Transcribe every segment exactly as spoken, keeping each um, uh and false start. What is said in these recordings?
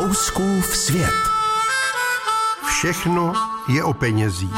Fouskův svět. Všechno je o penězích.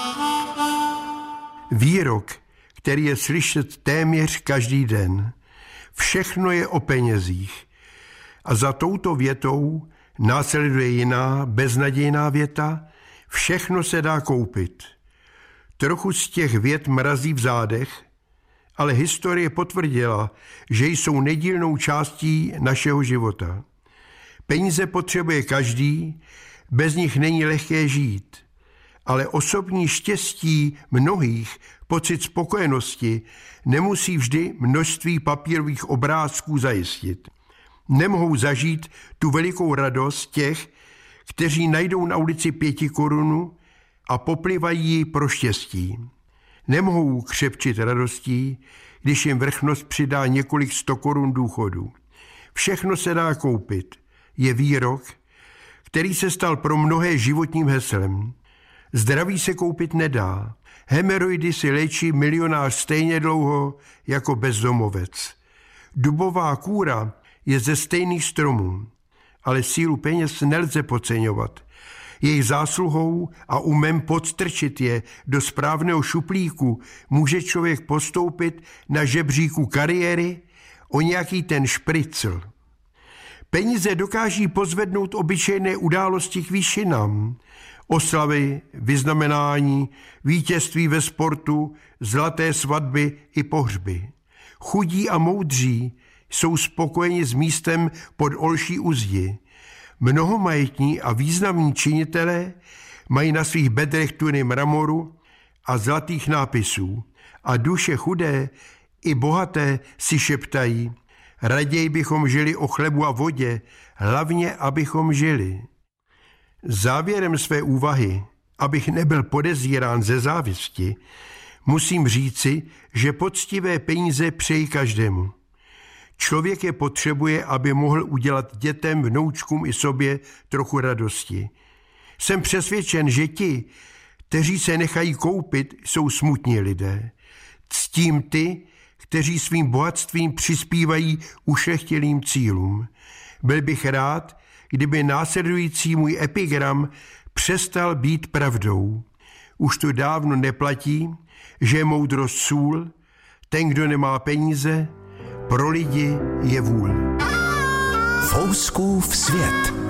Výrok, který je slyšet téměř každý den. Všechno je o penězích. A za touto větou následuje jiná beznadějná věta. Všechno se dá koupit. Trochu z těch vět mrazí v zádech, ale historie potvrdila, že jsou nedílnou částí našeho života. Peníze potřebuje každý, bez nich není lehké žít, ale osobní štěstí mnohých, pocit spokojenosti, nemusí vždy množství papírových obrázků zajistit. Nemohou zažít tu velikou radost těch, kteří najdou na ulici pěti korunu a poplivají ji pro štěstí. Nemohou křepčit radostí, když jim vrchnost přidá několik sto korun důchodu. Všechno se dá koupit, je výrok, který se stal pro mnohé životním heslem. Zdraví se koupit nedá. Hemeroidy si léčí milionář stejně dlouho jako bezdomovec. Dubová kůra je ze stejných stromů, ale sílu peněz nelze podceňovat. Jejich zásluhou a umem podstrčit je do správného šuplíku může člověk postoupit na žebříku kariéry o nějaký ten špricl. Peníze dokáží pozvednout obyčejné události k výšinám. Oslavy, vyznamenání, vítězství ve sportu, zlaté svatby i pohřby. Chudí a moudří jsou spokojeni s místem pod olší uzdi. Mnohomajetní a významní činitelé mají na svých bedrech tuny mramoru a zlatých nápisů a duše chudé i bohaté si šeptají: raději bychom žili o chlebu a vodě, hlavně abychom žili. Závěrem své úvahy, abych nebyl podezírán ze závisti, musím říci, že poctivé peníze přejí každému. Člověk je potřebuje, aby mohl udělat dětem, vnoučkům i sobě trochu radosti. Jsem přesvědčen, že ti, kteří se nechají koupit, jsou smutní lidé. Ctím ty, kteří svým bohatstvím přispívají ušlechtilým cílům. Byl bych rád, kdyby následující můj epigram přestal být pravdou. Už to dávno neplatí, že je moudrost sůl, ten, kdo nemá peníze, pro lidi je vůl. Fouskův svět.